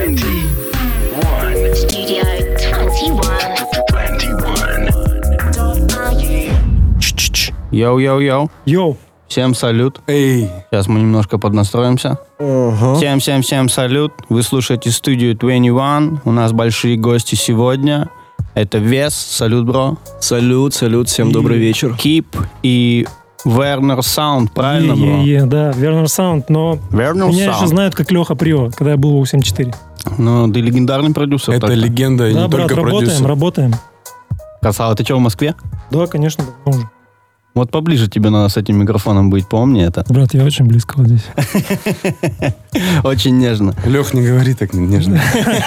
21. Studio 21. Йоу-йоу-йоу. Йоу. Всем салют. Эй. Сейчас мы немножко поднастроимся. Всем салют. Вы слушаете студию 21. У нас большие гости сегодня. Это Вес. Салют, бро. Салют, всем добрый вечер. Кип и Вернер Саунд, правильно, бро? Да, Вернер Саунд, но Вернер меня еще Саунд. знают как Леха Прио, когда я был в U74. Ну, ты легендарный продюсер. Это так-то. легенда, и Да, не брат, только продюсер. работаем. Красава, ты что, в Москве? Да, конечно, давно уже. Вот поближе тебе надо с этим микрофоном быть, помни это. Брат, я очень близко вот здесь. Очень нежно. Лех, не говори так нежно.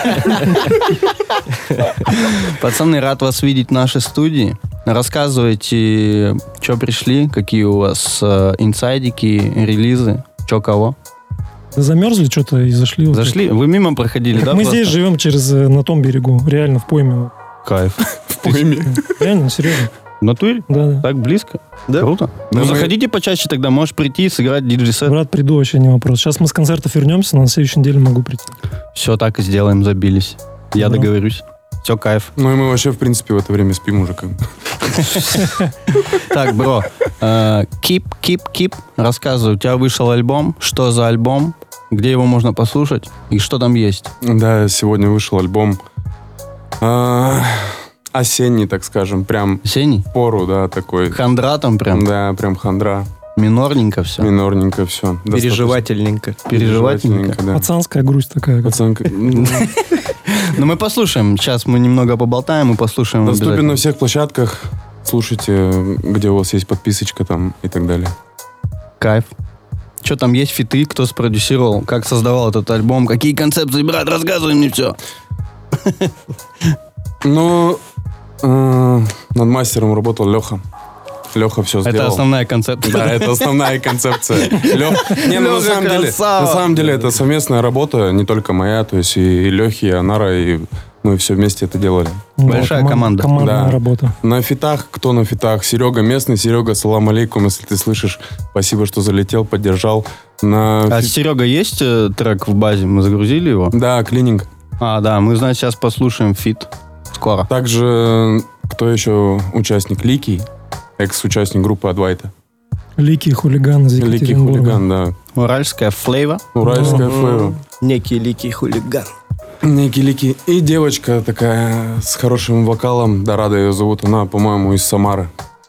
Пацаны, рад вас видеть в нашей студии. Рассказывайте, что пришли, какие у вас инсайдики, релизы, что кого. Да замерзли что-то и зашли. вот Зашли? Вы мимо проходили, так. да? Мы просто? здесь живем на том берегу, реально в пойме. Кайф. В пойме. Реально, серьезно. В натуре? Да. Так близко? Да. Круто. Ну, Ну, мы- заходите почаще тогда, можешь прийти и сыграть диджей-сет. Брат, приду, вообще не вопрос. Сейчас мы с концертов вернемся, на следующей неделе могу прийти. Все так и сделаем, забились. Я Да. договорюсь. Все, кайф. Ну и мы вообще, в принципе, в это время спим уже как бы. Так, бро, Keep, рассказывай, у тебя вышел альбом, что за альбом, где его можно послушать и что там есть? Да, сегодня вышел альбом осенний, так скажем, прям Осенний? в пору, да, такой. Хандра там прям, Да, прям хандра, минорненько все. минорненько все. Переживательненько. Переживательненько. да. Пацанская грусть такая. Пацанка. Ну, мы послушаем, сейчас мы немного поболтаем и послушаем. Доступен обязательно. на всех площадках. Слушайте, где у вас есть подписочка там и так далее. Кайф. Что там есть фиты, кто спродюсировал, как создавал этот альбом, какие концепции, брат, рассказывай мне все. Ну, над мастером работал Леха. Леха все сделал. Это основная концепция. Да, это основная концепция. Не, ну, на самом деле это совместная работа, не только моя, то есть и Лехи, и Анара, и мы все вместе это делали. Большая команда. Командная Да. работа. На фитах, кто на фитах? Серега местный, Серега, салам алейкум, если ты слышишь, спасибо, что залетел, поддержал. А Серега есть трек в базе? Мы загрузили его? Да, клининг. А, да, мы, значит, сейчас послушаем фит. Скоро. Также, кто еще участник? Ликий, экс-участник группы Адвайта. Лики хулиган из Ликий Екатеринбурга. хулиган, да. Уральская флейва. Уральская флэва. Некий ликий хулиган. Некий Лики. И девочка такая с хорошим вокалом, Дорада ее зовут, она, по-моему, из Самары.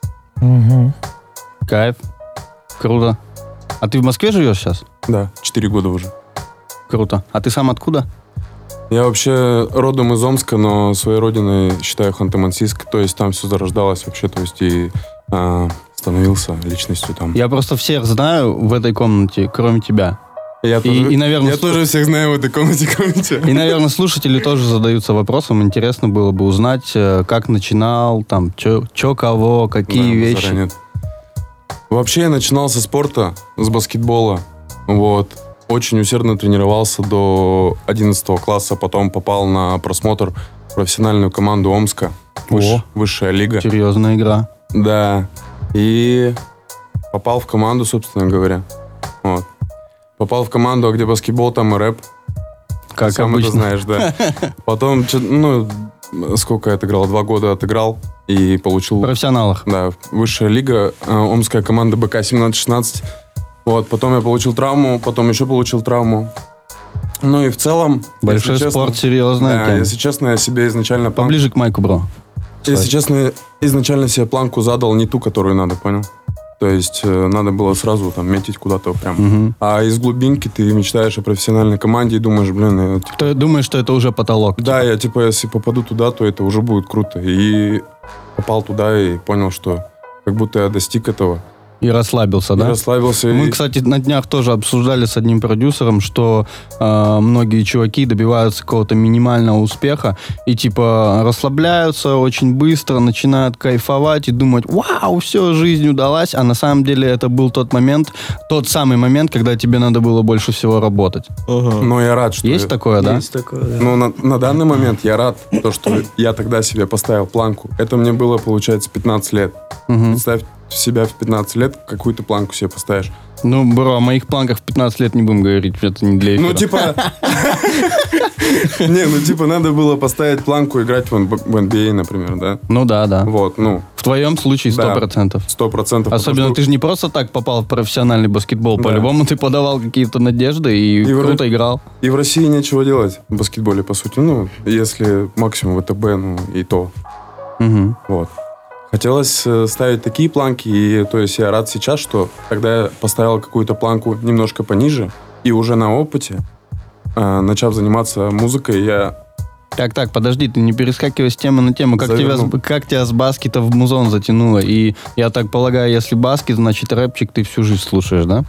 Мгм. Кайф. Круто. А ты в Москве живешь сейчас? Да, 4 года уже. Круто. А ты сам откуда? Я вообще родом из Омска, но своей родиной считаю Ханты-Мансийск, то есть там все зарождалось вообще, то есть и становился личностью там. Я просто всех знаю в этой комнате, кроме тебя. Я наверное, я тоже всех знаю в этой комнате, кроме тебя. И, наверное, слушатели тоже задаются вопросом. Интересно было бы узнать, как начинал, там, чё кого, какие Да, вещи. базара нет. Вообще я начинал со спорта, с баскетбола. Вот. Очень усердно тренировался до 11 класса, потом попал на просмотр в профессиональную команду Омска. Высшая лига. Серьезная игра. Да. И попал в команду, собственно говоря. Вот. Попал в команду, где баскетбол, там и рэп. Как Сам обычно. это знаешь, да. Потом, сколько я отыграл? 2 года отыграл и В получил... профессионалах. Да, высшая лига, омская команда БК 17-16. Вот, потом я получил травму, потом еще получил травму. Ну и в целом... Большой если честно, спорт, серьезная Да, тема. если честно, я себе изначально... Поближе к майку, бро. Если честно, изначально себе планку задал не ту, которую надо, понял? То есть надо было сразу там метить куда-то прям. Мгм. А из глубинки ты мечтаешь о профессиональной команде и думаешь, блин, Ты думаешь, что это уже потолок? да, я если попаду туда, то это уже будет круто. И попал туда и понял, что как будто я достиг этого. И расслабился, И да? расслабился. Мы, и- кстати, на днях тоже обсуждали с одним продюсером, что многие чуваки добиваются какого-то минимального успеха и типа расслабляются очень быстро, начинают кайфовать и думать, вау, все, жизнь удалась, а на самом деле это был тот самый момент, когда тебе надо было больше всего работать. Но я рад, что... Есть такое, да? Есть такое, да. Ну, на данный момент я рад, то, что я тогда себе поставил планку. Это мне было, получается, 15 лет. Мгм. Представь себя в 15 лет, какую ты планку себе поставишь. Ну, бро, о моих планках в 15 лет не будем говорить, это не для эфира. Ну, типа... Не, ну, типа, надо было поставить планку, играть в NBA, например, да? Ну да. Вот, ну... В твоем случае 100%. 100%. Особенно ты же не просто так попал в профессиональный баскетбол. Да. По-любому ты подавал какие-то надежды и круто играл. И в России нечего делать в баскетболе, по сути. Ну, если максимум ВТБ, ну, и то. Угу. Вот. Хотелось ставить такие планки, и то есть я рад сейчас, что когда я поставил какую-то планку немножко пониже, и уже на опыте, начав заниматься музыкой, я... Так, подожди, ты не перескакивай с темы на тему. Как тебя с баскета в музон затянуло? И я так полагаю, если баскет, значит рэпчик ты всю жизнь слушаешь, да?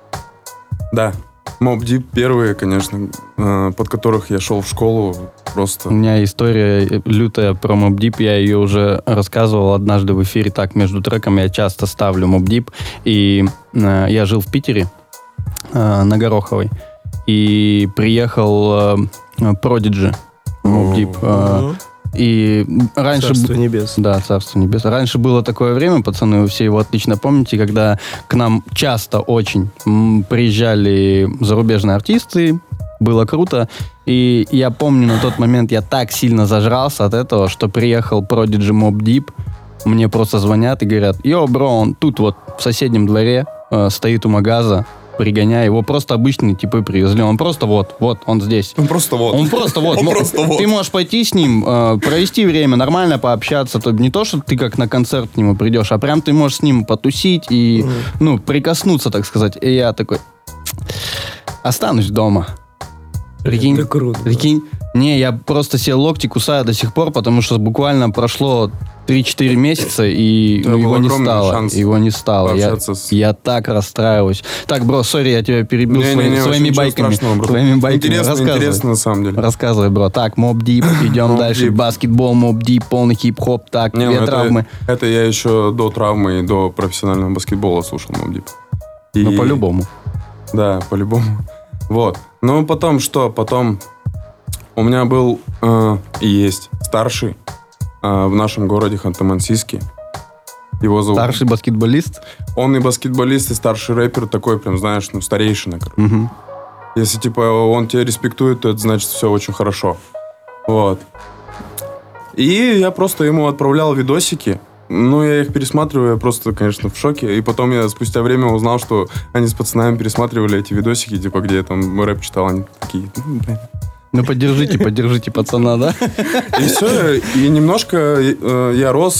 Да. Mobb Deep первые, конечно, под которых я шел в школу, просто... У меня история лютая про Mobb Deep, я ее уже рассказывал однажды в эфире. Так, между треками я часто ставлю Mobb Deep. И я жил в Питере, на Гороховой. И приехал Prodigy, Mobb Deep. И раньше... Царство небес. Да, Царство небес. Раньше было такое время, пацаны, вы все его отлично помните, когда к нам часто очень приезжали зарубежные артисты, было круто. И я помню, на тот момент я так сильно зажрался от этого, что приехал Prodigy Mobb Deep, мне просто звонят и говорят: «Йо, бро, он тут вот в соседнем дворе стоит у магаза, пригоняй». Его просто обычные типы привезли. Он просто вот, он здесь. Он просто вот. Он просто вот. Ты можешь пойти с ним, провести время, нормально пообщаться. То не то, что ты как на концерт к нему придешь, а прям ты можешь с ним потусить и, прикоснуться, так сказать. И я такой: останусь дома. Прикинь? Это круто. Прикинь? Не, я просто себе локти кусаю до сих пор, потому что буквально прошло 3-4 месяца, и его не стало. Его не стало. Я так расстраиваюсь. Так, бро, сори, я тебя перебил своими байками. Своими байками. Интересно, на самом деле. Рассказывай, бро. Так, Mobb Deep, идем дальше. Баскетбол, Mobb Deep, полный хип-хоп. Так, две травмы. Это я еще до травмы и до профессионального баскетбола слушал Mobb Deep. Ну, по-любому. Да, по-любому. Вот. Ну, потом что? Потом у меня был и есть старший в нашем городе Ханты-Мансийске. Его зовут... Старший баскетболист? Он и баскетболист, и старший рэпер, такой прям, знаешь, старейшина, короче. Угу. Если, типа, он тебя респектует, то это значит все очень хорошо. Вот. И я просто ему отправлял видосики. Ну, я их пересматриваю, я просто, конечно, в шоке. И потом я спустя время узнал, что они с пацанами пересматривали эти видосики, типа, где я там рэп читал, они такие... Ну, поддержите пацана, да? И все, и немножко я рос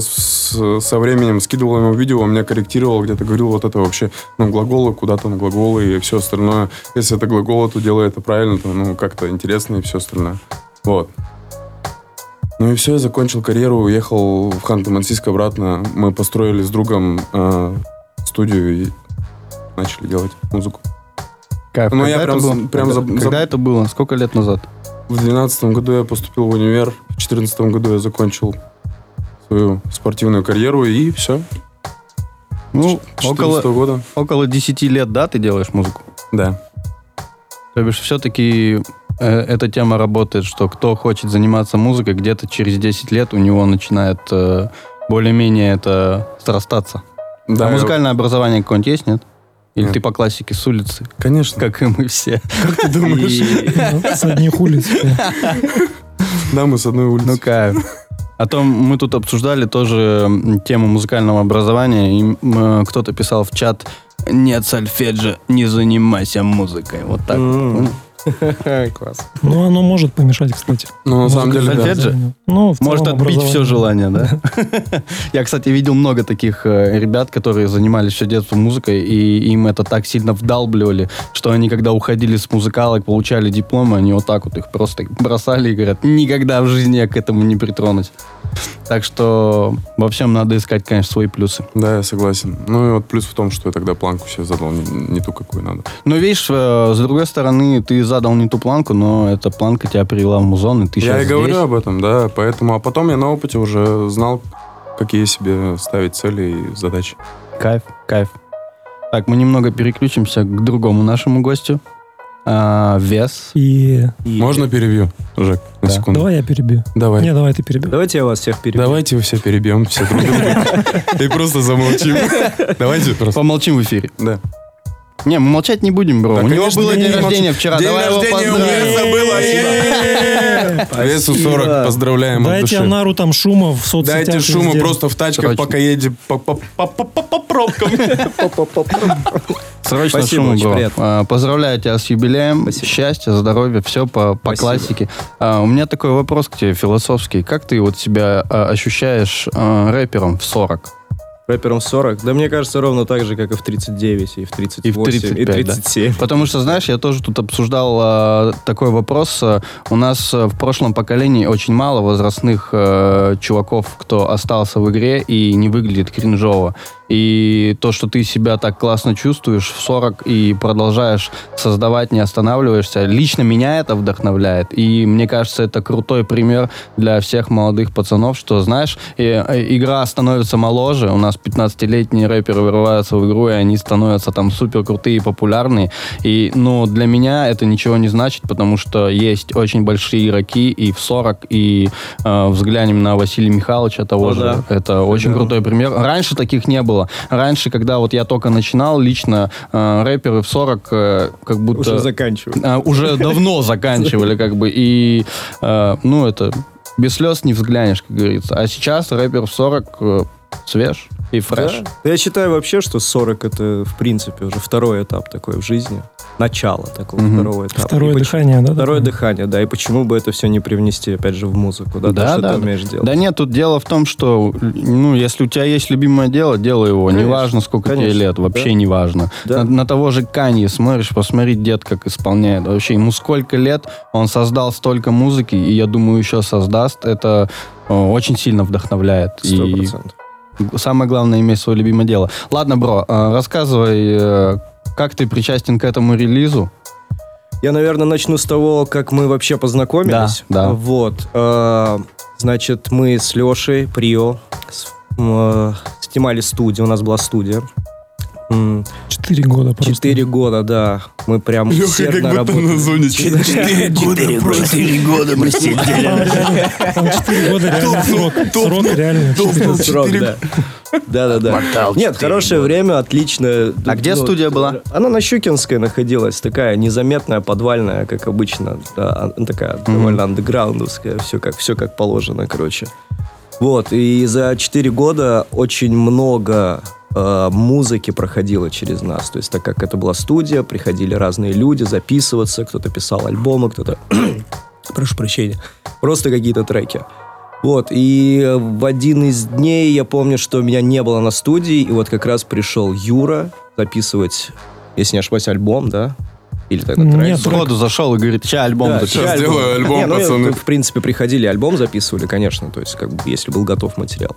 со временем, скидывал ему видео, он меня корректировал, где-то говорил вот это вообще, глаголы, куда там глаголы и все остальное. Если это глаголы, то делай это правильно, то, как-то интересно и все остальное. Вот. Ну и все, я закончил карьеру, уехал в Ханты-Мансийск обратно. Мы построили с другом студию и начали делать музыку. Кайф. Ну, Когда это было? Сколько лет назад? В 2012 году я поступил в универ, в 2014 году я закончил свою спортивную карьеру, и все. Ну, года. Около 10 лет, да, ты делаешь музыку? Да. То бишь, все-таки эта тема работает, что кто хочет заниматься музыкой, где-то через 10 лет у него начинает более-менее это срастаться. Да, а музыкальное образование какое-нибудь есть, нет? Или Нет. ты по классике с улицы? Конечно. Как и мы все. Как ты думаешь? С одних улиц. Да, мы с одной улицы. Ну, кайф. А то мы тут обсуждали тоже тему музыкального образования, и кто-то писал в чат: «Нет сольфеджио, не занимайся музыкой». Вот так. Класс. Ну, оно может помешать, кстати. Ну, на самом деле, да. Сольфеджио? Ну, в Может целом отбить образование. все желание, да? Я, кстати, видел много таких ребят, которые занимались все детство музыкой, и им это так сильно вдалбливали, что они, когда уходили с музыкалок, получали дипломы, они вот так вот их просто бросали и говорят: никогда в жизни я к этому не притронусь. Так что во всем надо искать, конечно, свои плюсы. Да, я согласен. Ну и вот плюс в том, что я тогда планку себе задал не ту, какую надо. Но видишь, с другой стороны, ты задал не ту планку, но эта планка тебя привела в музон, и ты сейчас Я и здесь. говорю об этом, да. Поэтому, а потом я на опыте уже знал, какие себе ставить цели и задачи. Кайф. Так, мы немного переключимся к другому нашему гостю. Вес. И Можно перебью, Жек, на Да. секунду? давай я перебью. Давай. Не, давай ты перебью. Давайте я вас всех перебью. Давайте вы все перебьем, все друг друга. И просто замолчим. Давайте просто. Помолчим в эфире. Да. Не, мы молчать не будем, бро. Да, у него конечно, было не день молчать. рождения вчера. День Давай его рождения у меня поздравим. забыла. Весу 40, поздравляем от Дайте души. Анару там шума в соцсетях. Дайте шума везде. просто в тачках, Срочно. пока едем по пробкам. Срочно Спасибо, шуму, очень бро. приятно. Поздравляю тебя с юбилеем. Спасибо. Счастья, здоровья, все по Спасибо. классике. У меня такой вопрос к тебе философский. Как ты вот себя ощущаешь рэпером в 40? Рэпером 40. Да мне кажется, ровно так же, как и в 39, и в 38, И в 35, и 37. Потому что, знаешь, я тоже тут обсуждал такой вопрос. У нас в прошлом поколении очень мало возрастных чуваков, кто остался в игре и не выглядит кринжово. И то, что ты себя так классно чувствуешь в 40 и продолжаешь создавать, не останавливаешься, лично меня это вдохновляет. И мне кажется, это крутой пример для всех молодых пацанов, что, знаешь, игра становится моложе, у нас 15-летние рэперы вырываются в игру, и они становятся там супер крутые и популярные. И, ну, для меня это ничего не значит, потому что есть очень большие игроки и в 40, и взглянем на Василия Михайловича того же. да. Это очень крутой пример. Раньше таких не было. Раньше, когда вот я только начинал, лично рэперы в 40 как будто... Уже заканчиваю. Уже давно заканчивали, как бы, и, ну, это без слез не взглянешь, как говорится. А сейчас рэпер в 40 свеж и фреш. Да. Я считаю вообще, что 40 это, в принципе, уже второй этап такой в жизни. Начало такого второго этапа. Второе И дыхание, да? Второе такое? дыхание, да. И почему бы это все не привнести, опять же, в музыку, да? То, что ты умеешь делать. Да нет, тут дело в том, что, ну, если у тебя есть любимое дело, делай его. Конечно, Неважно, сколько тебе конечно, лет, вообще да. не важно. Да. На того же Канье смотришь, посмотри, дед как исполняет. Вообще, ему сколько лет, он создал столько музыки, и я думаю, еще создаст. Это очень сильно вдохновляет. 100%. И самое главное, иметь свое любимое дело. Ладно, бро, рассказывай, как ты причастен к этому релизу? Я, наверное, начну с того, как мы вообще познакомились. Да, да. Вот. Значит, мы с Лешей Прио снимали студию. У нас была студия. 4 года просто. 4 года, да. Мы прям Леха усердно как будто работали. на зоне 4 года мы сидели. Там 4 года реально срок. Срок реально. Это срок, да. Да. Нет, хорошее время, отлично. А где студия была? Она на Щукинской находилась, такая незаметная, подвальная, как обычно. Да, такая довольно андеграундовская, все как положено, короче. Вот, и за 4 года очень много музыки проходило через нас. То есть, так как это была студия, приходили разные люди записываться, кто-то писал альбомы, кто-то... Прошу прощения. Просто какие-то треки. Вот, и в один из дней я помню, что меня не было на студии, и вот как раз пришел Юра записывать, если не ошибаюсь, альбом, да? Или тогда трек. Нет, Сходу зашел и говорит, ча, альбом Да, зачем?» Сейчас сделаю альбом, Не, ну, пацаны. в принципе, приходили, альбом записывали, конечно, то есть, как бы, если был готов материал.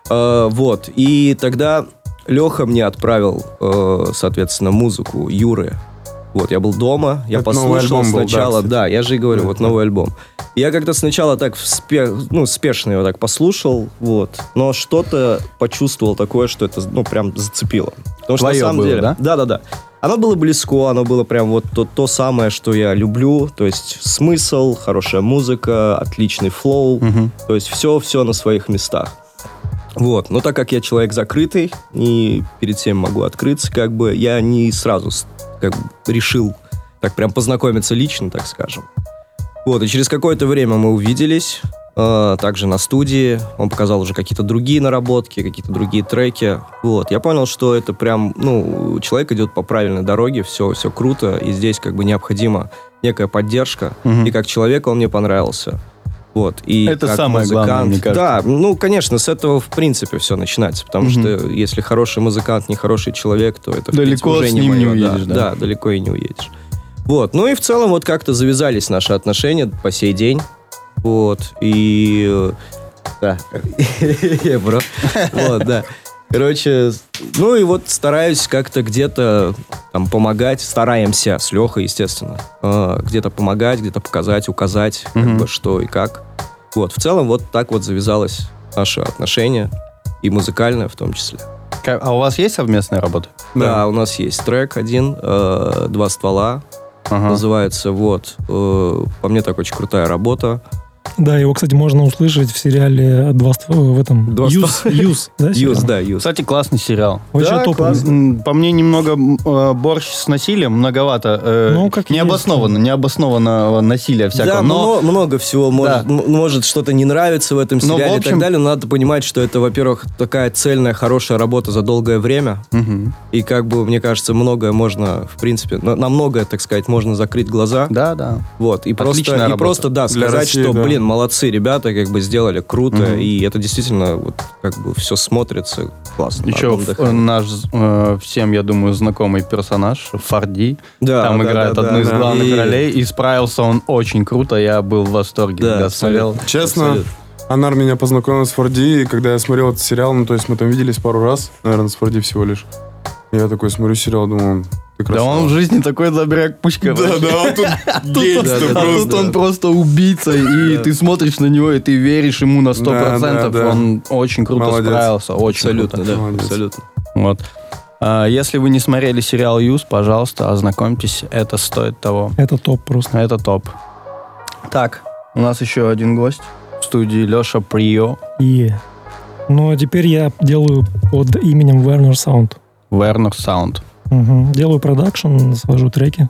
Вот, и тогда Леха мне отправил, соответственно, музыку Юры. Вот, я был дома, я Это новый послушал альбом был, да, сначала, кстати. да, я же и говорю, вот новый альбом. Я как-то сначала так спешно его так послушал, вот, но что-то почувствовал такое, что это, ну, прям зацепило. Потому что Твое на самом было, деле... да? Да. Оно было близко, оно было прям вот то самое, что я люблю, то есть смысл, хорошая музыка, отличный флоу, то есть все на своих местах. Вот, но так как я человек закрытый и перед всем могу открыться, как бы я не сразу как бы решил так прям познакомиться лично, так скажем. Вот, и через какое-то время мы увиделись, также на студии, он показал уже какие-то другие наработки, какие-то другие треки. Вот, я понял, что это прям, ну, человек идет по правильной дороге, все круто, и здесь как бы необходима некая поддержка, и как человек он мне понравился. Вот, и Это как самое главное, мне кажется. Да, ну, конечно, с этого, в принципе, все начинается, потому что если хороший музыкант, нехороший человек, то это, в Далеко принципе, уже с ним не моё, уедешь, да. Да, далеко и не уедешь. Вот, ну и в целом вот как-то завязались наши отношения по сей день. Вот, и... Да, бро. Вот, да. Короче, ну и вот стараюсь как-то где-то там помогать, стараемся с Лехой, естественно, где-то помогать, где-то показать, указать, как бы что и как. Вот, в целом вот так вот завязалось наше отношение, и музыкальное в том числе. А у вас есть совместная работа? Да, у нас есть трек один, «Два ствола», Ага. называется, вот. По мне так очень крутая работа. Да, его, кстати, можно услышать в сериале в этом... Два Юз, да? Юз, сериал? да, Юз. Кстати, классный сериал. Вообще Да, топовый. классно. По мне, немного борщ с насилием, многовато. Ну, как необоснованно насилие всякого. Да, но много всего может что-то не нравится в этом Но, в сериале и общем- так далее. Но надо понимать, что это, во-первых, такая цельная, хорошая работа за долгое время. Мгм. И как бы, мне кажется, многое можно, в принципе, на многое, так сказать, можно закрыть глаза. Да. Вот, и Отличная работа. просто, да, Для сказать, России, что, да. блин, молодцы ребята, как бы сделали круто, Мгм. и это действительно вот как бы все смотрится классно. Еще Одном дыхании. наш всем, я думаю, знакомый персонаж Фарди. Да, Там да, играет да, одну из да. главных И- ролей. И справился он очень круто. Я был в восторге, Да, когда смотрел. абсолютно. Честно, Абсолютно. Анар меня познакомил с Форди, и когда я смотрел этот сериал, ну, то есть мы там виделись пару раз, наверное, с Форди всего лишь. И я такой смотрю сериал, думаю, ты Да красава. он в жизни такой добряк пучка. Да, он тут гейнгстер да, А просто. тут он просто убийца, и Да. ты смотришь на него, и ты веришь ему на 100%. Да, да. Он очень круто Молодец. справился, очень Абсолютно, круто. да, Молодец. абсолютно. Вот. Если вы не смотрели сериал «Юз», пожалуйста, ознакомьтесь, это стоит того. Это топ просто. Это топ. Так, у нас еще один гость в студии, Леша Прио, Ну, а теперь я делаю под именем Werner Sound. Werner Sound. Мгм. Делаю продакшн, свожу треки.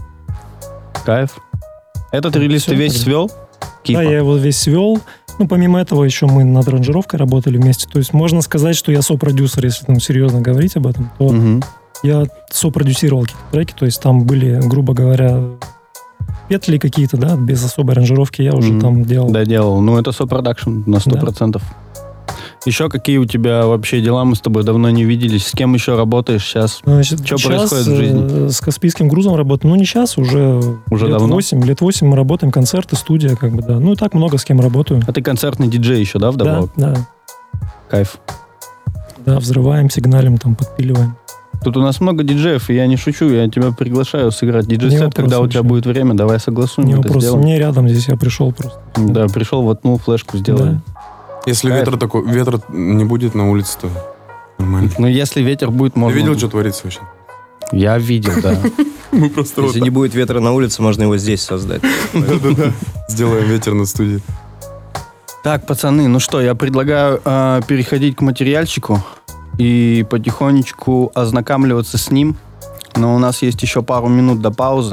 Кайф. Этот релиз Всё, ты весь тогда. свел? Да, я его весь свел. Ну, помимо этого, еще мы над аранжировкой работали вместе. То есть можно сказать, что я сопродюсер, если там серьезно говорить об этом. То Мгм. я сопродюсировал какие-то треки. То есть там были, грубо говоря, петли какие-то, да, без особой аранжировки я уже Мгм. там делал. Доделал. Ну, это сопродакшн на 100%. Еще какие у тебя вообще дела? Мы с тобой давно не виделись. С кем еще работаешь сейчас? Значит, Что щас, происходит в жизни? С Каспийским грузом работаем. Ну, не сейчас, уже Уже лет давно? 8. Лет 8 мы работаем, концерты, студия, как бы, да. Ну, и так много с кем работаю. А ты концертный диджей еще, да, Да, вдобавок? да, Кайф. да, взрываем, сигналим, там, подпиливаем. Тут у нас много диджеев, и я не шучу, я тебя приглашаю сыграть Не диджей-сет, вопрос когда у тебя вообще. будет время, давай согласуем, Не это вопрос, сделаем. мне рядом здесь, я пришел просто. Да, пришел, воткнул флешку, сделали. Да. Если Кайф. ветра не будет на улице, то нормально. Ну, если ветер будет, Ты можно... видел, что творится вообще? Я видел, да. Мы просто вот Если не будет ветра на улице, можно его здесь создать. сделаем ветер на студии. Так, пацаны, ну что, я предлагаю переходить к материальчику и потихонечку ознакомливаться с ним. Но у нас есть еще пару минут до паузы.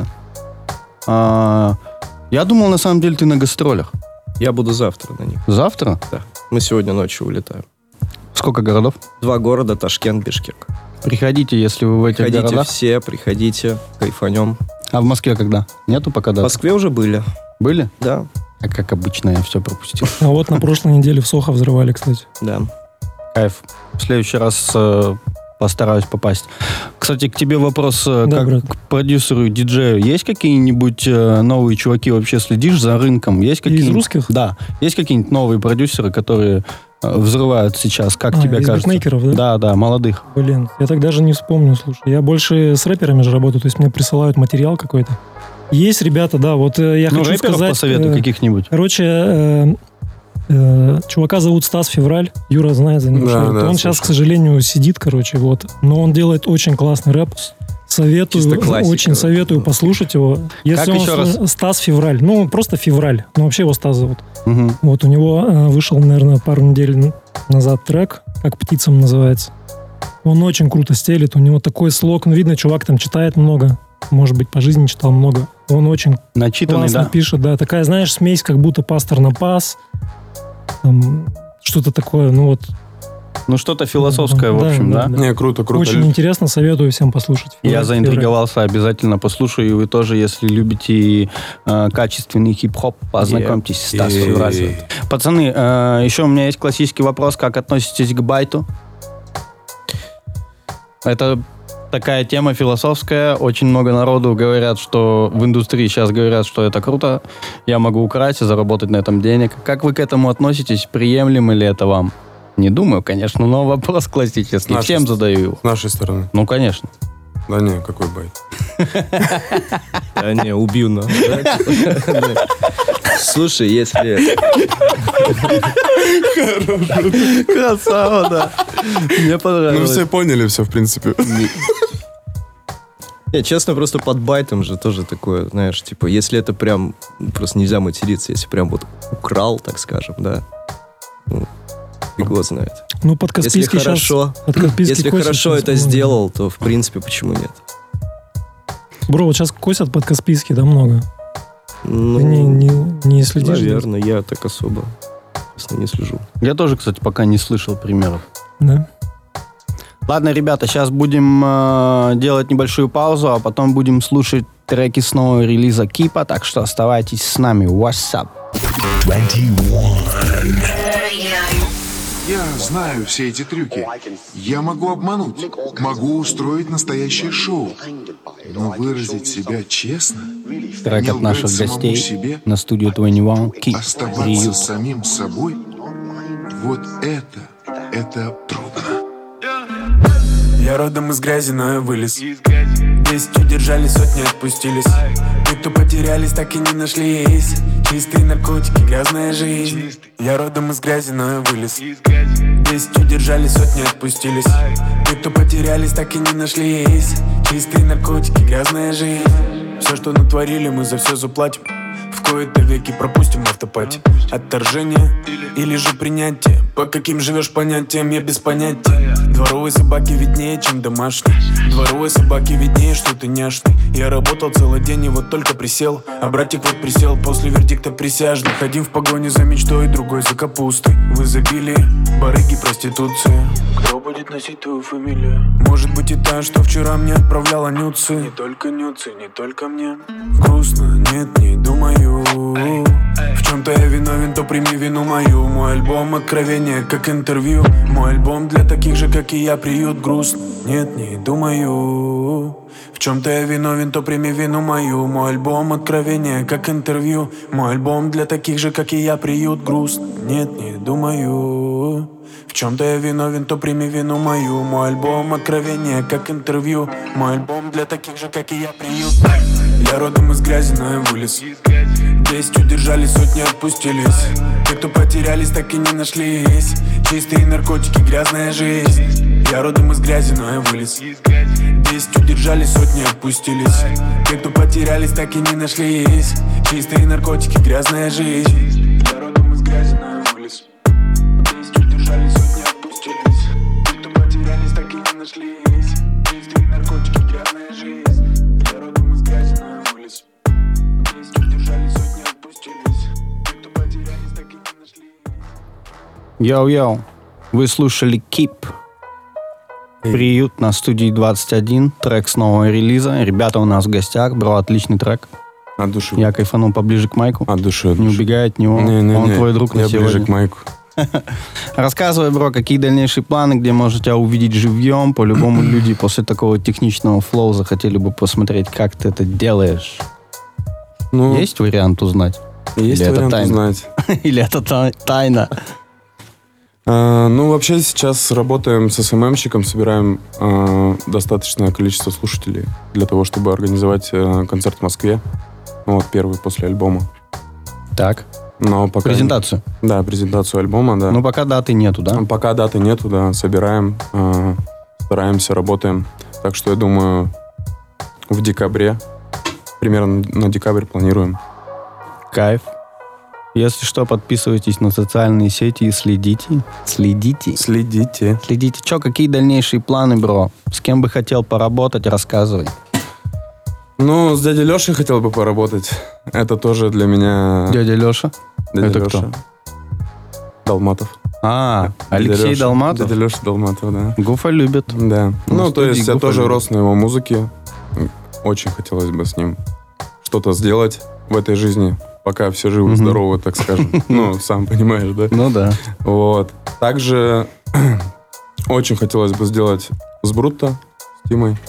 Я думал, на самом деле, ты на гастролях. Я буду завтра на них. Завтра? Да. Мы сегодня ночью улетаем. Сколько городов? 2 города, Ташкент, Бишкек. Приходите, если вы в этих Приходите городах. все, приходите, кайфанем. А в Москве когда? Нету пока В дат? Москве уже были, Были? да, А как обычно, я все пропустил. А вот на прошлой неделе в Сохо взрывали, кстати. да. Кайф. В следующий раз постараюсь попасть. Кстати, к тебе вопрос, Да, как брат. к продюсеру и диджею. Есть какие-нибудь новые чуваки, вообще следишь за рынком? Есть Из какие-нибудь... русских? Да. Есть какие-нибудь новые продюсеры, которые взрывают сейчас? Как тебе из кажется? битмейкеров, да? Да, молодых. Блин, я так даже не вспомню, слушай. Я больше с рэперами же работаю, то есть мне присылают материал какой-то. Есть ребята, да, вот я Ну, хочу рэперов сказать... посоветуй каких-нибудь. Короче, чувака зовут Стас Февраль. Юра знает за него. Да, что-то. да, Он сейчас, слушай. к сожалению, сидит, короче, вот. Но он делает очень классный рэп. Советую, Чисто классика. очень советую послушать его. Если Как он еще раз? Стас Февраль. Ну, просто Февраль. Ну, вообще его Стас зовут. Мгм. Вот у него вышел, наверное, пару недель назад трек, как «Птицам» называется. Он очень круто стелит, у него такой слог. Ну, видно, чувак там читает много. Может быть, по жизни читал много. Он очень Начитанный, классно да? пишет, да. Такая, знаешь, смесь, как будто пастор на пас. Там, что-то такое, ну вот. Ну, что-то философское, в Да, общем, да? да. Не, круто, круто. Очень интересно, советую всем послушать. Я Февраль. заинтриговался, обязательно послушаю. И вы тоже, если любите качественный хип-хоп, познакомьтесь с Стас Февраль. Пацаны, еще у меня есть классический вопрос. Как относитесь к байту? Это такая тема философская. Очень много народу говорят, что в индустрии сейчас говорят, что это круто. Я могу украсть и заработать на этом денег. Как вы к этому относитесь? Приемлемо ли это вам? Не думаю, конечно, но вопрос классический. Наши Всем задаю его. С нашей стороны. Ну, конечно. Да не, какой байт. Да не, убью на. Слушай, если... Красава, да. Мне Ну, понравилось. все поняли все, в принципе. Не, честно, просто под байтом же тоже такое, знаешь, типа, если это прям, просто нельзя материться, если прям вот украл, так скажем, да, ну, фиг его знает. Ну, под Каспийский Если хорошо это сделал, то, в принципе, почему нет? Бро, вот сейчас косят под Каспийский, да, много? Ну, Ты не следишь? наверное, я так особо, честно, не слежу. Я тоже, кстати, пока не слышал примеров. Да. Ладно, ребята, сейчас будем делать небольшую паузу, а потом будем слушать треки с нового релиза Кипа, так что оставайтесь с нами. What's up? 21. Я знаю все эти трюки. Я могу обмануть, могу устроить настоящее шоу. Но выразить себя честно, Трек не от наших лгать самому гостей себе, на студию 21 Кип. оставаться самим собой, вот это трудно. Я родом из грязи, но я вылез. 10 удержали, сотни отпустились. Те, кто потерялись, так и не нашлись. Чистые наркотики, грязная жизнь. Я родом из грязи, но я вылез. 10 удержали, сотни отпустились. Те, кто потерялись, так и не нашлись. Чистые наркотики, грязная жизнь. Все, что натворили, мы за все заплатим. В кои-то веки пропустим автопати. Отторжение или же принятие. По каким живешь понятиям, я без понятия. Дворовые собаки виднее, чем домашние. Дворовые собаки виднее, что ты няшный. Я работал целый день и вот только присел. А братик вот присел после вердикта присяжных. Ходим в погоне за мечтой, другой за капустой. В изобилии барыги, проституция. Кто будет носить твою фамилию? Может быть и та, что вчера мне отправляла нюцы. Не только нюцы, не только мне. Грустно, нет, не думаю. В чем-то я виновен, то прими вину мою. Мой альбом откровение, как интервью. Мой альбом для таких же, как и я, приют. Грустно, нет, не думаю. В чем-то я виновен, то прими вину мою. Мой альбом откровение, как интервью. Мой альбом для таких же, как и я, приют. Грустно, нет, не думаю. В чем-то я виновен, то прими вину мою. Мой альбом откровение, как интервью. Мой альбом для таких же, как и я, приют. Я родом из грязи, но я вылез. 10 удержали, сотни отпустились. Те, кто потерялись, так и не нашлись. Чистые наркотики, грязная жизнь. Я родом из грязи, но я вылез. 10 удержали, сотни отпустились. Те, кто потерялись, так и не нашлись. Чистые наркотики, грязная жизнь. Я родом из грязи, но я вылез. 10 удержали, сотни отпустились. Те, кто потерялись, так и не нашлись. Чистые наркотики, грязная жизнь. Я родом из грязи, но я вылез. 10 удержали, сотни отпустились. Те, кто потерялись, так и не нашлись. Йоу-йоу, вы слушали Кип. Приют на студии 21, трек с нового релиза. Ребята у нас в гостях, бро, отличный трек. От души. Я кайфанул поближе к майку. От души. Не убегай от него, он твой друг на я сегодня. ближе к майку. Рассказывай, бро, какие дальнейшие планы, где можно тебя увидеть живьем. По-любому люди после такого техничного флоу захотели бы посмотреть, как ты это делаешь. Ну, Есть вариант узнать? есть Или это вариант тайна? узнать. Или это тайна? Ну, вообще сейчас работаем с СММщиком, собираем достаточное количество слушателей для того, чтобы организовать концерт в Москве. Вот, первый после альбома. Так, Но пока... презентацию. Да, презентацию альбома, да. Ну, пока даты нету, да? Пока даты нету, да, собираем, стараемся, работаем. Так что я думаю, в декабре, примерно на декабрь планируем. Кайф. Если что, подписывайтесь на социальные сети и следите. Следите. Следите. Следите. Че, какие дальнейшие планы, бро? С кем бы хотел поработать, рассказывай. Ну, с дядей Лешей хотел бы поработать. Это тоже для меня... Дядя Леша? Дядя это Леша. кто? Алексей Алексей Долматов? Дядя Леша Долматов, да. Гуфа любит. Да. На Ну, то студии есть я Гуфа тоже любит. рос на его музыке. Очень хотелось бы с ним что-то сделать в этой жизни, пока все живы, здоровы, так скажем. Ну, сам понимаешь, да? Ну да. Вот. Также очень хотелось бы сделать с Брутто, с Тимой.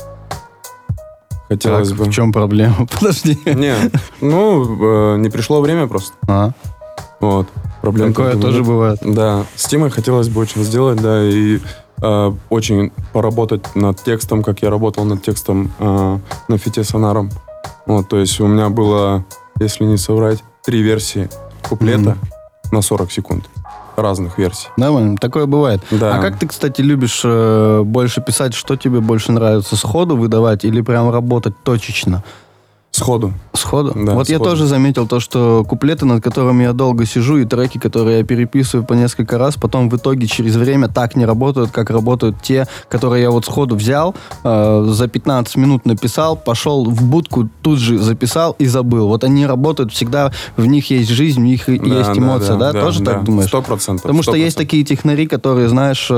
Хотелось Так, бы. в чем проблема? Подожди. Не, ну, не пришло время просто. Вот. Проблем Такое только тоже нет. бывает. Да, с Тимой хотелось бы очень сделать, да, и очень поработать над текстом, как я работал над текстом на фите с Анаром. Вот, то есть у меня было, если не соврать, 3 версии куплета на 40 секунд. разных версий. Нормально, такое бывает. Да. А как ты, кстати, любишь больше писать? Что тебе больше нравится? Сходу выдавать или прям работать точечно? Сходу. Сходу? Да, вот я сходу. тоже заметил то, что куплеты, над которыми я долго сижу, и треки, которые я переписываю по несколько раз, потом в итоге через время так не работают, как работают те, которые я вот сходу взял, за 15 минут написал, пошел в будку, тут же записал и забыл. Вот они работают всегда, в них есть жизнь, в них есть эмоция, да? Тоже так думаешь? 100%. Потому что есть такие технари, которые, знаешь,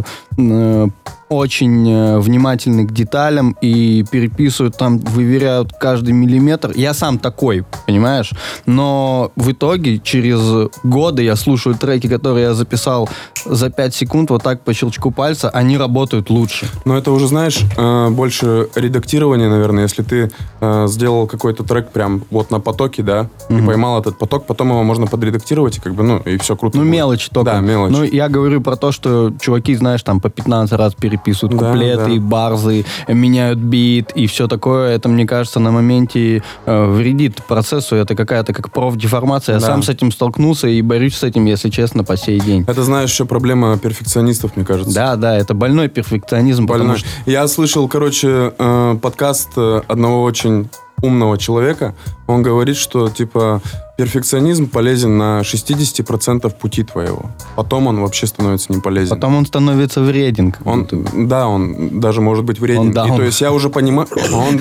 очень внимательны к деталям и переписывают там, выверяют каждый миллиметр. Я сам такой, понимаешь? Но в итоге через годы я слушаю треки, которые я записал за 5 секунд, вот так по щелчку пальца, они работают лучше. Но это уже, знаешь, больше редактирование, наверное. Если ты сделал какой-то трек прям вот на потоке, да, и поймал этот поток, потом его можно подредактировать, и как бы, ну, и все круто. Ну, будет. мелочи только. Да, мелочи. Ну, я говорю про то, что чуваки, знаешь, там по 15 раз переписывают Да, куплеты, да. барзы, меняют бит и все такое. Это, мне кажется, на моменте вредит процессу. Это какая-то как профдеформация. Я Да. сам с этим столкнулся и борюсь с этим, если честно, по сей день. Это, знаешь, еще проблема перфекционистов, мне кажется. Да, это больной перфекционизм. Больной. Потому что Я слышал, короче, подкаст одного очень умного человека. Он говорит, что, типа, перфекционизм полезен на 60% пути твоего. Потом он вообще становится не полезен. потом он становится вреден. как Он, будто бы. да, он даже может быть вреден. Он И down. то есть я уже понимаю... Он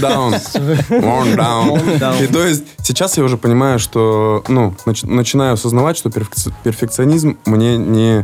down. И то есть сейчас я уже понимаю, что... Ну, начинаю осознавать, что перфекционизм мне не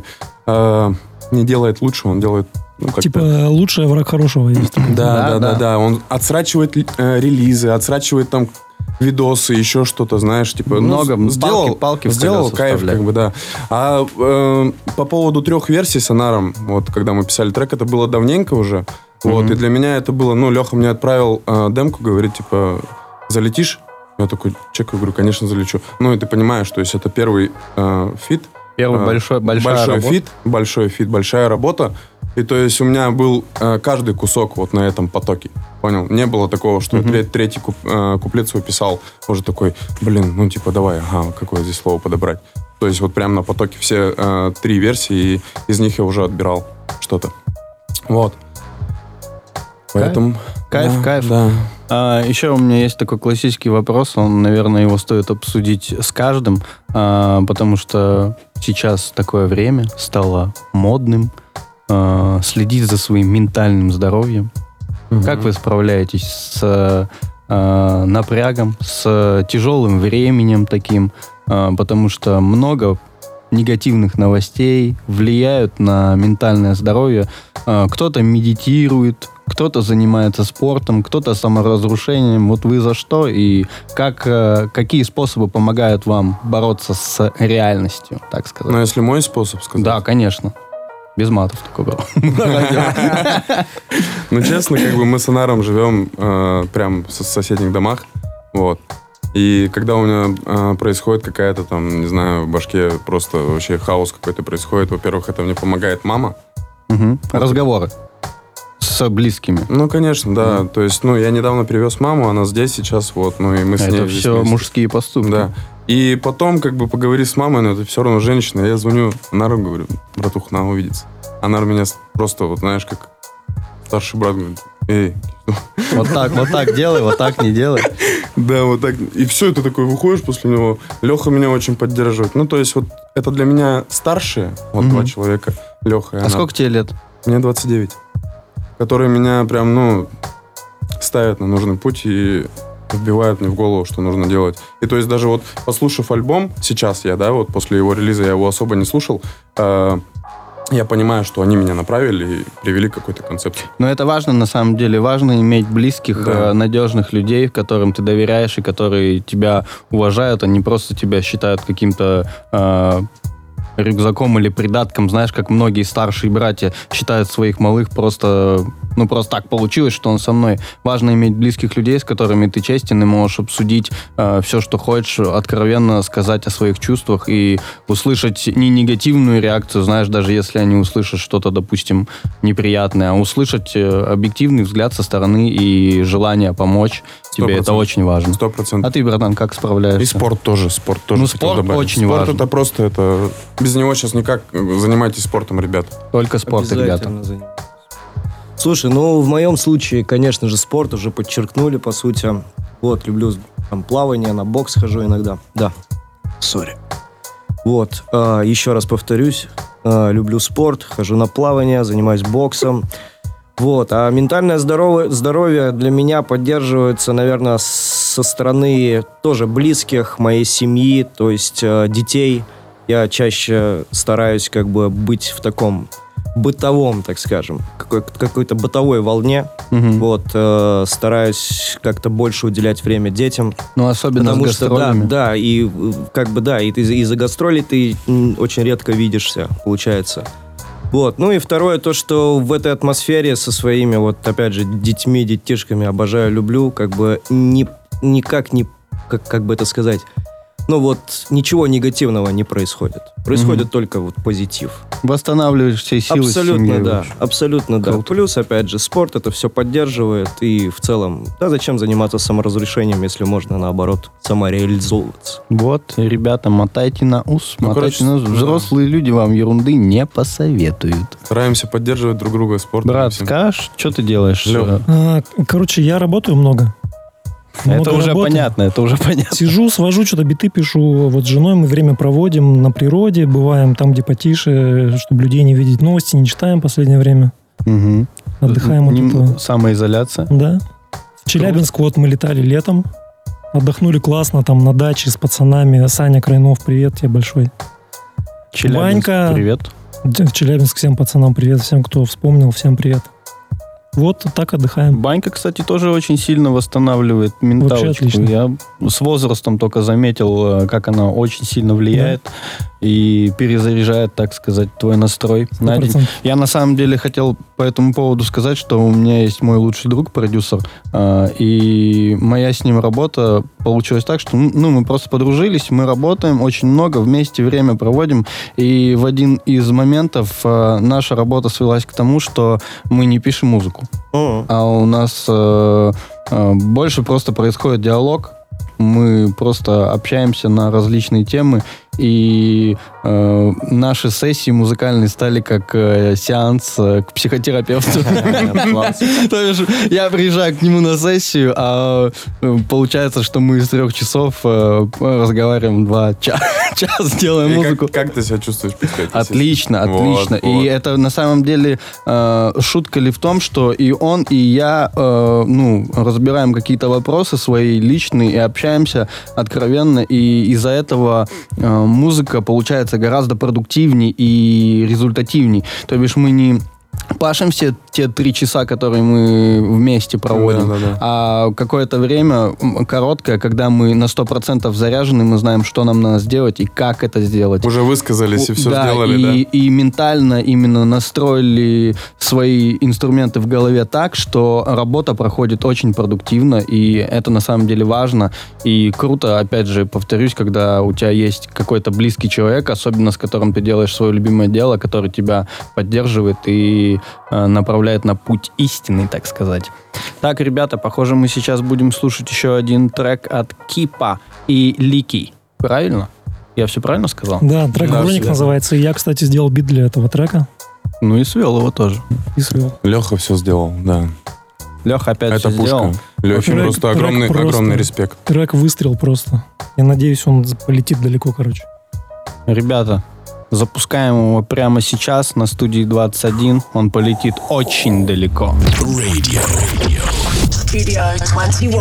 делает лучше, он делает... Ну, как-то... Типа лучший враг хорошего есть. Да. Он отсрачивает релизы, отсрачивает там видосы, еще что-то, знаешь, типа... Много, ну, сделал, палки в сделал колеса кайф, вставляет. как бы, да. А по поводу 3 версий с Анаром, вот, когда мы писали трек, это было давненько уже, вот, и для меня это было, ну, Леха мне отправил демку, говорит, типа, залетишь? Я такой, чекаю, говорю, конечно, залечу. Ну, и ты понимаешь, то есть это первый фит. Первый большая работа. Большой фит, большая работа. И то есть у меня был каждый кусок вот на этом потоке. Понял? Не было такого, что я третий куплет свой писал, уже такой, блин, ну типа давай, какое здесь слово подобрать. То есть вот прям на потоке все 3 версии, и из них я уже отбирал что-то. Вот. Поэтому... Кайф. Да. Еще у меня есть такой классический вопрос, наверное, его стоит обсудить с каждым, потому что сейчас такое время стало модным, следить за своим ментальным здоровьем. Как вы справляетесь с напрягом, с тяжелым временем таким, потому что много негативных новостей влияют на ментальное здоровье. Кто-то медитирует, кто-то занимается спортом, кто-то саморазрушением. Вот вы за что и какие способы помогают вам бороться с реальностью, так сказать? Но если мой способ сказать... Да, конечно. Без матов такого. Ну, честно, как бы мы с Анаром живем прям в соседних домах, вот. И когда у меня происходит какая-то там, не знаю, в башке просто вообще хаос какой-то происходит, во-первых, это мне помогает мама. Разговоры с близкими. Ну, конечно, да. То есть, ну, я недавно привез маму, она здесь сейчас, вот, ну, и мы с ней Это здесь все вместе. мужские поступки. Да. И потом, как бы, поговорив с мамой, но это все равно женщина, я звоню Анару, говорю, братух, надо увидеться. Анар меня просто, вот знаешь, как старший брат говорит, эй. Вот так делай, вот так не делай. Да, вот так. И все, ты такой выходишь после него. Леха меня очень поддерживает. Ну, то есть, вот это для меня старшие, вот 2 человека, Леха и Анар. А сколько тебе лет? Мне 29. Которые меня прям, ну, ставят на нужный путь и вбивают мне в голову, что нужно делать. И то есть даже вот послушав альбом, сейчас я, да, вот после его релиза я его особо не слушал, я понимаю, что они меня направили и привели к какой-то концепции. Но это важно, на самом деле. Важно иметь близких, Да. надежных людей, которым ты доверяешь и которые тебя уважают, а не просто тебя считают каким-то рюкзаком или придатком. Знаешь, как многие старшие братья считают своих малых просто так получилось, что он со мной. Важно иметь близких людей, с которыми ты честен и можешь обсудить все, что хочешь, откровенно сказать о своих чувствах и услышать не негативную реакцию, знаешь, даже если они услышат что-то, допустим, неприятное, а услышать объективный взгляд со стороны и желание помочь тебе. 100%. Это очень важно. 100%. А ты, братан, как справляешься? И спорт тоже. Ну, хотел спорт добавить. очень спорт важен. это просто это Без него сейчас никак. Занимайтесь спортом, ребят. Только спорт, ребята. Слушай, ну, в моем случае, конечно же, спорт уже подчеркнули, по сути. Вот, люблю там плавание, на бокс хожу иногда. Да. Сори. Вот, еще раз повторюсь, люблю спорт, хожу на плавание, занимаюсь боксом. Вот, а ментальное здоровье для меня поддерживается, наверное, со стороны тоже близких, моей семьи, то есть детей. Я чаще стараюсь как бы быть в таком бытовом, так скажем, какой-то бытовой волне. Вот, стараюсь как-то больше уделять время детям. Ну, особенно потому с гастролями. Что, да, и как бы, да, и из-за гастролей ты очень редко видишься, получается. Вот, ну и второе, то, что в этой атмосфере со своими, вот, опять же, детишками обожаю, люблю, как бы никак не, как бы это сказать, ну вот ничего негативного не происходит. Происходит только вот позитив. Восстанавливаешь все силы абсолютно, семьи. Да, абсолютно, да. Круто. Плюс, опять же, спорт это все поддерживает. И в целом, да, зачем заниматься саморазрушением, если можно, наоборот, самореализовываться. Вот, ребята, мотайте на ус. Ну, мотайте короче, на ус. Взрослые люди вам ерунды не посоветуют. Стараемся поддерживать друг друга спортом. Брат, скажешь, что ты делаешь? Лёх. Короче, я работаю много. Это Много уже работы. понятно, это уже понятно. Сижу, свожу, что-то биты пишу. Вот с женой мы время проводим на природе, бываем там, где потише, чтобы людей не видеть. Новости не читаем в последнее время. Угу. Отдыхаем от этого. Самоизоляция. Да. В Челябинск вот мы летали летом. Отдохнули классно там на даче с пацанами. Саня Крайнов, привет тебе большой. Челябинск, Ванька. привет. В Челябинск всем пацанам привет. Всем, кто вспомнил, всем привет. Вот так отдыхаем. Банька, кстати, тоже очень сильно восстанавливает менталочку. Вообще отлично. Я с возрастом только заметил, как она очень сильно влияет и перезаряжает, так сказать, твой настрой на день. 100%. Я на самом деле хотел по этому поводу сказать, что у меня есть мой лучший друг, продюсер, и моя с ним работа получилась так, что мы просто подружились, мы работаем очень много, вместе время проводим, и в один из моментов наша работа свелась к тому, что мы не пишем музыку. А у нас больше просто происходит диалог. Мы просто общаемся на различные темы, и наши сессии музыкальные стали как сеанс к психотерапевту. То есть я приезжаю к нему на сессию, а получается, что мы из 3 часов разговариваем 2 часа, делаем музыку. Как ты себя чувствуешь? Отлично, отлично. И это на самом деле шутка ли в том, что и он, и я разбираем какие-то вопросы свои личные и общаемся откровенно, и из-за этого музыка получается гораздо продуктивнее и результативнее. То бишь мы не пашем все те 3 часа, которые мы вместе проводим, а какое-то время короткое, когда мы на 100% заряжены, мы знаем, что нам надо сделать и как это сделать. Уже высказались и все сделали, и ментально именно настроили свои инструменты в голове так, что работа проходит очень продуктивно, и это на самом деле важно. И круто, опять же, повторюсь, когда у тебя есть какой-то близкий человек, особенно с которым ты делаешь свое любимое дело, который тебя поддерживает и направляет на путь истины, так сказать. Так, ребята, похоже, мы сейчас будем слушать еще один трек от Кипа и Лики. Правильно? Я все правильно сказал? Да, трек «Броник» называется. И я, кстати, сделал бит для этого трека. Ну и свел его тоже. И свел. Леха все сделал, да. Леха опять Это все пушка. сделал. Лехе Трек- просто трек огромный, просто. огромный респект. Трек выстрел просто. Я надеюсь, он полетит далеко, короче. Ребята, запускаем его прямо сейчас на студии 21. Он полетит очень далеко. Studio 21.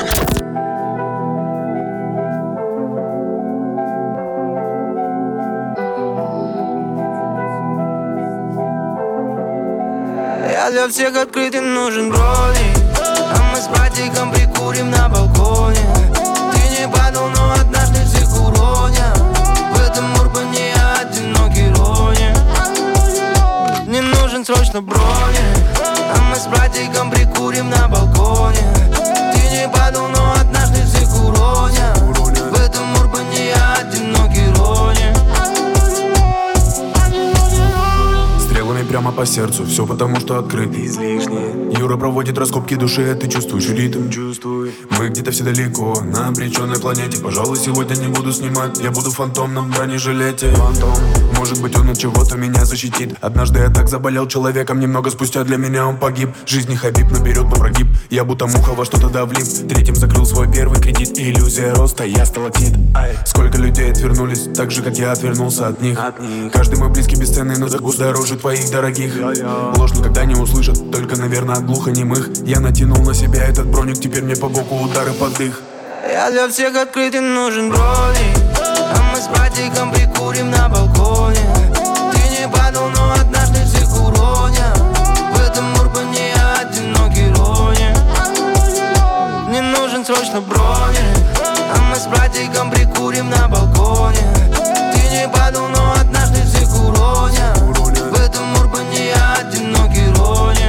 Я для всех открытым нужен броник, а мы с братиком прикурим на балконе. Ты не падал, но однажды всех уронят. В этом урбане я одинокий ронин. Мне нужен срочно броник, а мы с братиком прикурим на балконе. Ты не падал, но однажды всех уронят. В этом урбане я одинокий ронин. Стрелами прямо по сердцу, все потому что открыты излишние. Юра проводит раскопки души, а ты чувствуешь ритм. Мы где-то все далеко, на обреченной планете. Пожалуй, сегодня не буду снимать, я буду фантомным в бронежилете. Может быть, он от чего-то меня защитит. Однажды я так заболел человеком, немного спустя для меня он погиб. Жизни Хабиб, но берет на прогиб. Я будто муха во что-то давлим. Третьим закрыл свой первый кредит. Иллюзия роста, я сталактит. Сколько людей отвернулись, так же, как я отвернулся от них. Каждый мой близкий бесценный, но закус дороже твоих дорогих. Ложь никогда не услышат, только, наверное, от глухонемых. Я натянул на себя этот броник, теперь мне по боку удары под дых. Я для всех открытый, нужен броник. А мы с братиком прикурим на балконе. Ты не падал, но однажды всех уронят. В этом урбане я одинокий ронин. Мне нужен срочно броник. А мы с братиком прикурим на балконе. Ты не падал, но однажды всех уронят. В этом урбане я одинокий ронин.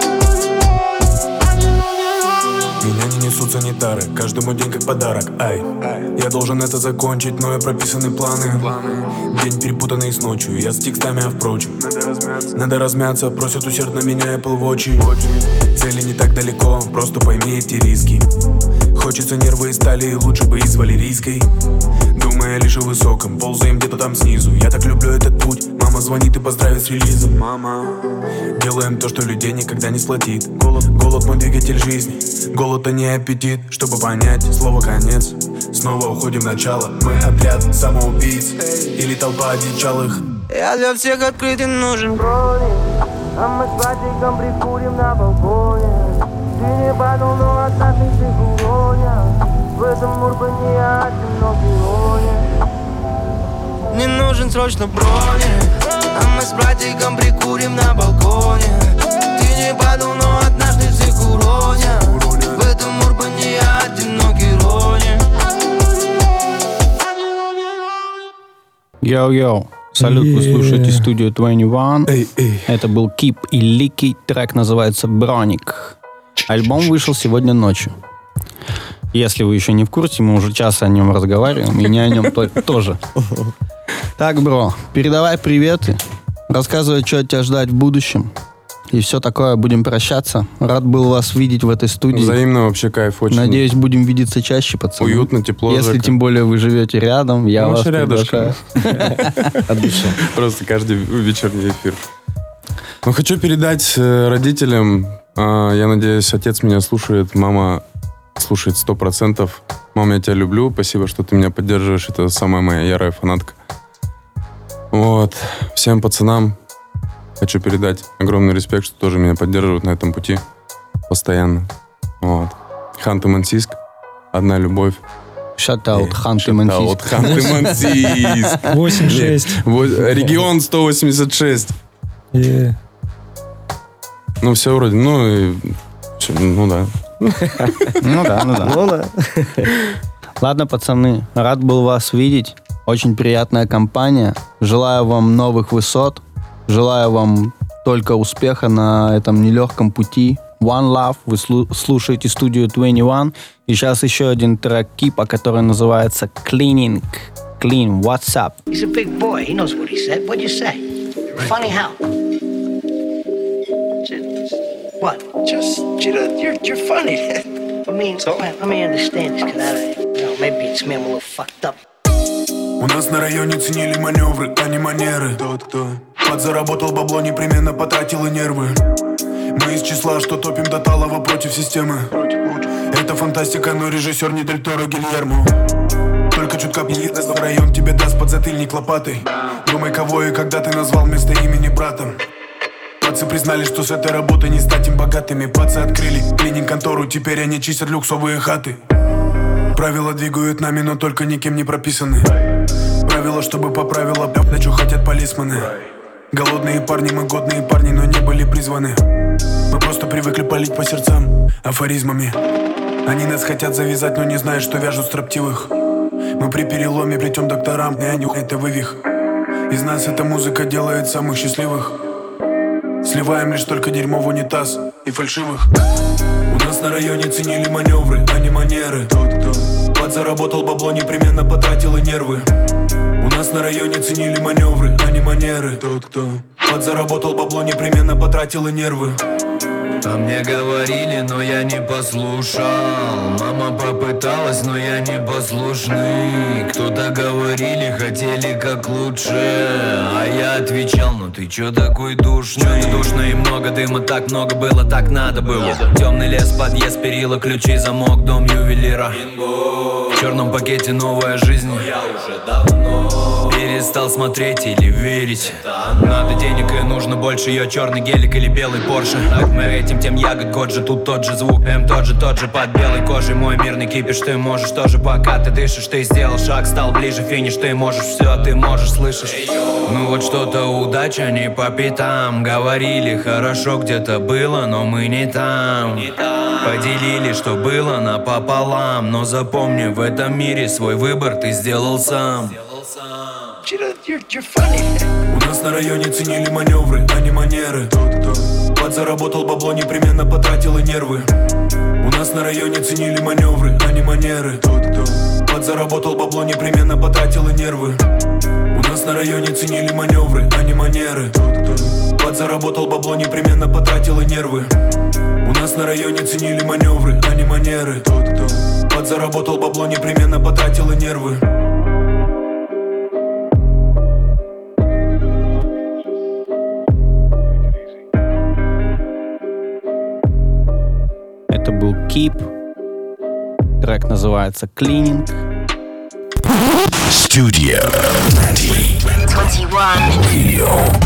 Меня не несут санитары, каждый мой день как подарок. Я должен это закончить, но и прописаны планы. День перепутанный с ночью, я с текстами, а впрочем надо размяться, просят усердно меня Apple Watch. Цели не так далеко, просто пойми эти риски. Хочется нервы из стали, лучше бы из валерийской. Думая лишь о высоком, ползаем где-то там снизу. Я так люблю этот путь, мама звонит и поздравит с релизом. Мама, делаем то, что людей никогда не сплотит. Голод мой двигатель жизни, голод, а не аппетит. Чтобы понять слово конец, снова уходим в начало. Мы отряд самоубийц или толпа одичалых. Я для всех открытый, нужен броник. А мы с братиком прикурим на балконе. Ты не падал, но однажды всех уронят. В этом урбане я одинокий ронин. Мне нужен срочно броник. А мы с братиком прикурим на балконе. Ты не падал, но однажды всех уронят. В этом урбане я одинокий ронин. Йоу-йоу. Салют, вы слушаете студию 21. Это был Кип и Лики. Трек называется «Броник». Альбом вышел сегодня ночью. Если вы еще не в курсе, мы уже час о нем разговариваем, и не о нем тоже. Так, бро, передавай приветы, рассказывай, что от тебя ждать в будущем. И все такое, будем прощаться. Рад был вас видеть в этой студии. Взаимно, вообще кайф очень. Надеюсь, будем видеться чаще, пацаны. Уютно, тепло. Если тем более вы живете рядом, я вас приглашаю. От души. Просто каждый вечерний эфир. Ну, хочу передать родителям. Я надеюсь, отец меня слушает, мама слушает 100%. Мама, я тебя люблю, спасибо, что ты меня поддерживаешь. Это самая моя ярая фанатка. Вот. Всем пацанам хочу передать огромный респект, что тоже меня поддерживают на этом пути постоянно. Вот. Ханты-Мансийск. Одна любовь. Шатаут, Ханты-Мансийск. Ханты-Мансийск. 8-6. Регион 186. Ну, все вроде, ну да. Ну да. Ладно, пацаны, рад был вас видеть. Очень приятная компания. Желаю вам новых высот. Желаю вам только успеха на этом нелегком пути. One Love. Вы слушаете студию 21. И сейчас еще один трек Кипа, который называется Cleaning. Clean, what's up? He's a big boy. He knows what he said. What'd you say? Funny how? What? Just, you're funny. I mean, so? Let me understand this, because maybe it's me, I'm a little fucked up. У нас на районе ценили маневры, а не манеры. Тот, кто подзаработал бабло, непременно потратил и нервы. Мы из числа, что топим до талого против системы. Это фантастика, но режиссер не Дель Торо, Гильермо. Только чутка пьяница в район тебе даст подзатыльник лопатой. Думай, кого и когда ты назвал вместо имени братом. Пацы признали, что с этой работы не стать им богатыми. Пацы открыли клининг-контору, теперь они чистят люксовые хаты. Правила двигают нами, но только никем не прописаны. Правила, чтобы по правилам, на что хотят полисмены. Голодные парни, мы годные парни, но не были призваны. Мы просто привыкли палить по сердцам афоризмами. Они нас хотят завязать, но не знают, что вяжут строптивых. Мы при переломе плетем докторам, и они это вывих. Из нас эта музыка делает самых счастливых. Сливаем лишь только дерьмо в унитаз и фальшивых. У нас на районе ценили маневры, а не манеры. Тот, кто подзаработал бабло, непременно потратил и нервы. У нас на районе ценили маневры, а не манеры. Тот, кто подзаработал бабло, непременно потратил и нервы. А мне говорили, но я не послушал. Мама попыталась, но я не послушный. Кто-то говорили, хотели как лучше, а я отвечал, ну ты чё такой душный? Чё-то душно и много дыма, так много было, так надо было. Темный лес, подъезд, перила, ключи, замок, дом ювелира. В черном пакете новая жизнь. Я уже давно перестал смотреть или верить. Надо денег и нужно больше. Ее черный гелик или белый Порше. Мы этим тем ягод, год же, тут тот же звук. Тот же под белой кожей. Мой мирный кипиш, ты можешь тоже, пока ты дышишь. Ты сделал шаг, стал ближе, финиш. Ты можешь все, ты можешь, слышишь. Ну вот что-то удача не по пятам. Говорили, хорошо где-то было, но мы не там. Поделили, что было напополам. Но запомни, в этом мире свой выбор ты сделал сам. У нас на районе ценили маневры, а не манеры. Подзаработал бабло, непременно потратил и нервы. У нас на районе ценили маневры, а не манеры. Подзаработал бабло, непременно потратил и нервы. У нас на районе ценили маневры, а не манеры. Подзаработал бабло, непременно потратил и нервы. У нас на районе ценили маневры, а не манеры. Подзаработал бабло, непременно потратил и нервы. Это был Keep. Трек называется Cleaning. Studio 21.